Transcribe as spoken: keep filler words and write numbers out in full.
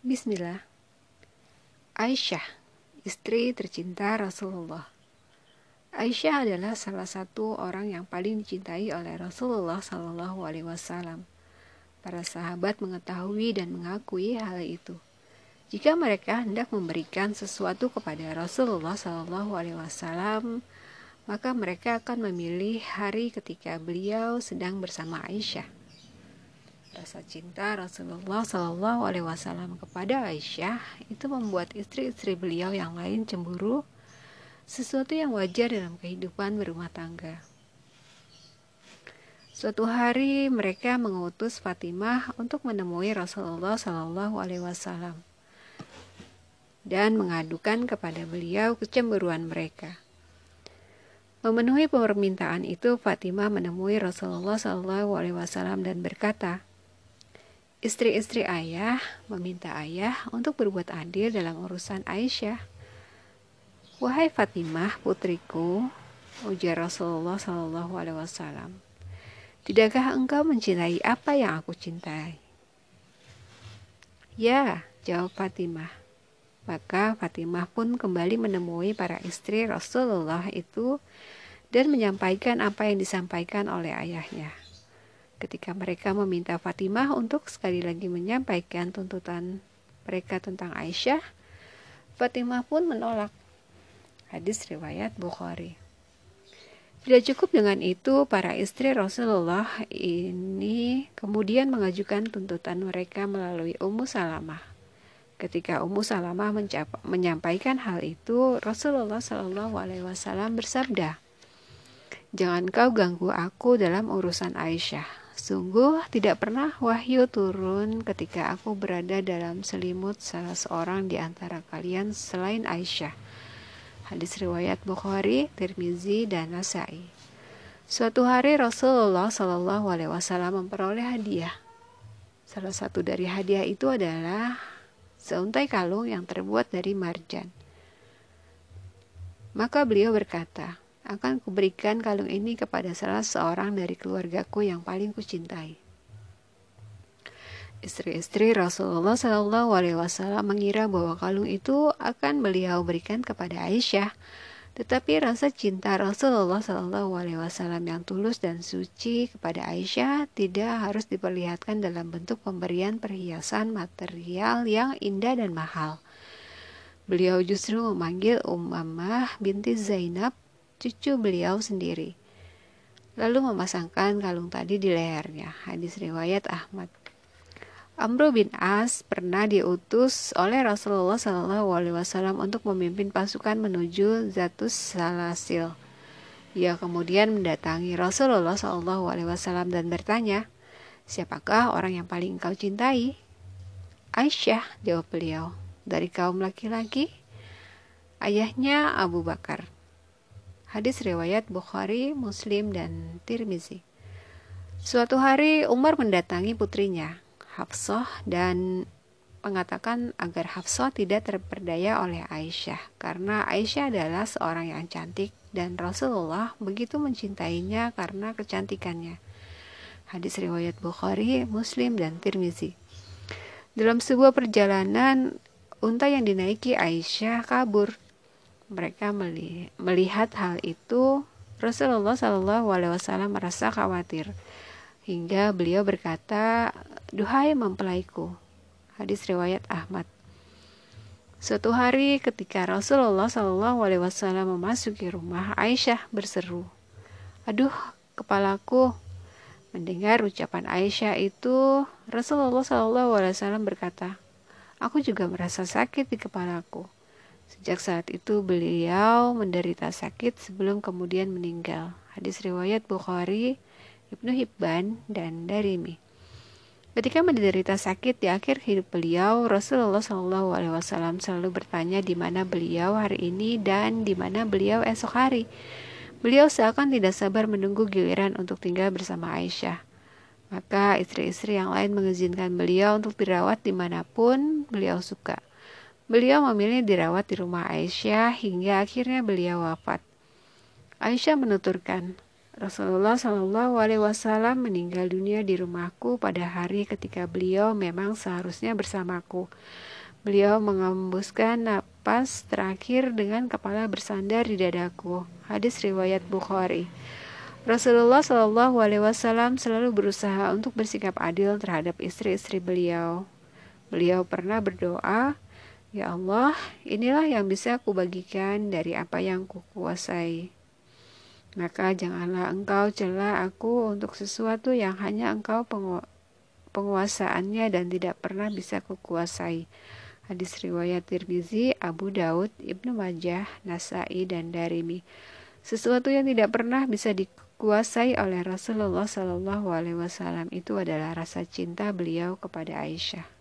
Bismillah. Aisyah, istri tercinta Rasulullah. Aisyah adalah salah satu orang yang paling dicintai oleh Rasulullah Shallallahu Alaihi Wasallam. Para sahabat mengetahui dan mengakui hal itu. Jika mereka hendak memberikan sesuatu kepada Rasulullah Shallallahu Alaihi Wasallam, maka mereka akan memilih hari ketika beliau sedang bersama Aisyah. Rasa cinta Rasulullah Shallallahu Alaihi Wasallam kepada Aisyah itu membuat istri-istri beliau yang lain cemburu, sesuatu yang wajar dalam kehidupan berumah tangga. Suatu hari mereka mengutus Fatimah untuk menemui Rasulullah Shallallahu Alaihi Wasallam dan mengadukan kepada beliau kecemburuan mereka. Memenuhi permintaan itu, Fatimah menemui Rasulullah Shallallahu Alaihi Wasallam dan berkata, istri-istri ayah meminta ayah untuk berbuat adil dalam urusan Aisyah. Wahai Fatimah, putriku, ujar Rasulullah Shallallahu Alaihi Wasallam, tidakkah engkau mencintai apa yang aku cintai? Ya, jawab Fatimah. Maka Fatimah pun kembali menemui para istri Rasulullah itu dan menyampaikan apa yang disampaikan oleh ayahnya. Ketika mereka meminta Fatimah untuk sekali lagi menyampaikan tuntutan mereka tentang Aisyah, Fatimah pun menolak. Hadis riwayat Bukhari. Tidak cukup dengan itu, para istri Rasulullah ini kemudian mengajukan tuntutan mereka melalui Ummu Salamah. Ketika Ummu Salamah menyampaikan hal itu, Rasulullah Shallallahu Alaihi Wasallam bersabda, jangan kau ganggu aku dalam urusan Aisyah. Sungguh tidak pernah wahyu turun ketika aku berada dalam selimut salah seorang di antara kalian selain Aisyah. Hadis riwayat Bukhari, Tirmizi, dan Nasai. Suatu hari Rasulullah Shallallahu Alaihi Wasallam memperoleh hadiah. Salah satu dari hadiah itu adalah seuntai kalung yang terbuat dari marjan. Maka beliau berkata, akan kuberikan kalung ini kepada salah seorang dari keluargaku yang paling kucintai. Istri-istri Rasulullah Shallallahu Alaihi Wasallam mengira bahwa kalung itu akan beliau berikan kepada Aisyah, tetapi rasa cinta Rasulullah Shallallahu Alaihi Wasallam yang tulus dan suci kepada Aisyah tidak harus diperlihatkan dalam bentuk pemberian perhiasan material yang indah dan mahal. Beliau justru memanggil Ummamah binti Zainab, cucu beliau sendiri, lalu memasangkan kalung tadi di lehernya. Hadis riwayat Ahmad. Amr bin As pernah diutus oleh Rasulullah Shallallahu Alaihi Wasallam untuk memimpin pasukan menuju Zatus Salasil. Ia kemudian mendatangi Rasulullah Shallallahu Alaihi Wasallam dan bertanya, siapakah orang yang paling engkau cintai? Aisyah, jawab beliau. Dari kaum laki-laki? Ayahnya Abu Bakar. Hadis riwayat Bukhari, Muslim, dan Tirmizi. Suatu hari Umar mendatangi putrinya, Hafsah, dan mengatakan agar Hafsah tidak terperdaya oleh Aisyah, karena Aisyah adalah seorang yang cantik dan Rasulullah begitu mencintainya karena kecantikannya. Hadis riwayat Bukhari, Muslim, dan Tirmizi. Dalam sebuah perjalanan, unta yang dinaiki Aisyah kabur. Mereka melihat hal itu, Rasulullah Shallallahu Alaihi Wasallam merasa khawatir, hingga beliau berkata, duhai mempelaiku. Hadis riwayat Ahmad. Suatu hari ketika Rasulullah Shallallahu Alaihi Wasallam memasuki rumah, Aisyah berseru, aduh kepalaku. Mendengar ucapan Aisyah itu, Rasulullah Shallallahu Alaihi Wasallam berkata, aku juga merasa sakit di kepalaku. Sejak saat itu beliau menderita sakit sebelum kemudian meninggal. Hadis riwayat Bukhari, Ibnu Hibban, dan Darimi. Ketika menderita sakit di akhir hidup beliau, Rasulullah Shallallahu Alaihi Wasallam selalu bertanya di mana beliau hari ini dan di mana beliau esok hari. Beliau seakan tidak sabar menunggu giliran untuk tinggal bersama Aisyah. Maka istri-istri yang lain mengizinkan beliau untuk dirawat dimanapun beliau suka. Beliau memilih dirawat di rumah Aisyah hingga akhirnya beliau wafat. Aisyah menuturkan, Rasulullah Shallallahu Alaihi Wasallam meninggal dunia di rumahku pada hari ketika beliau memang seharusnya bersamaku. Beliau mengembuskan napas terakhir dengan kepala bersandar di dadaku. Hadis riwayat Bukhari. Rasulullah Shallallahu Alaihi Wasallam selalu berusaha untuk bersikap adil terhadap istri-istri beliau. Beliau pernah berdoa, "Ya Allah, inilah yang bisa kubagikan dari apa yang kukuasai. Maka janganlah engkau cela aku untuk sesuatu yang hanya engkau pengu- penguasaannya dan tidak pernah bisa kukuasai." Hadis riwayat Tirmizi, Abu Daud, Ibnu Majah, Nasai, dan Darimi. Sesuatu yang tidak pernah bisa dikuasai oleh Rasulullah Shallallahu Alaihi Wasallam itu adalah rasa cinta beliau kepada Aisyah.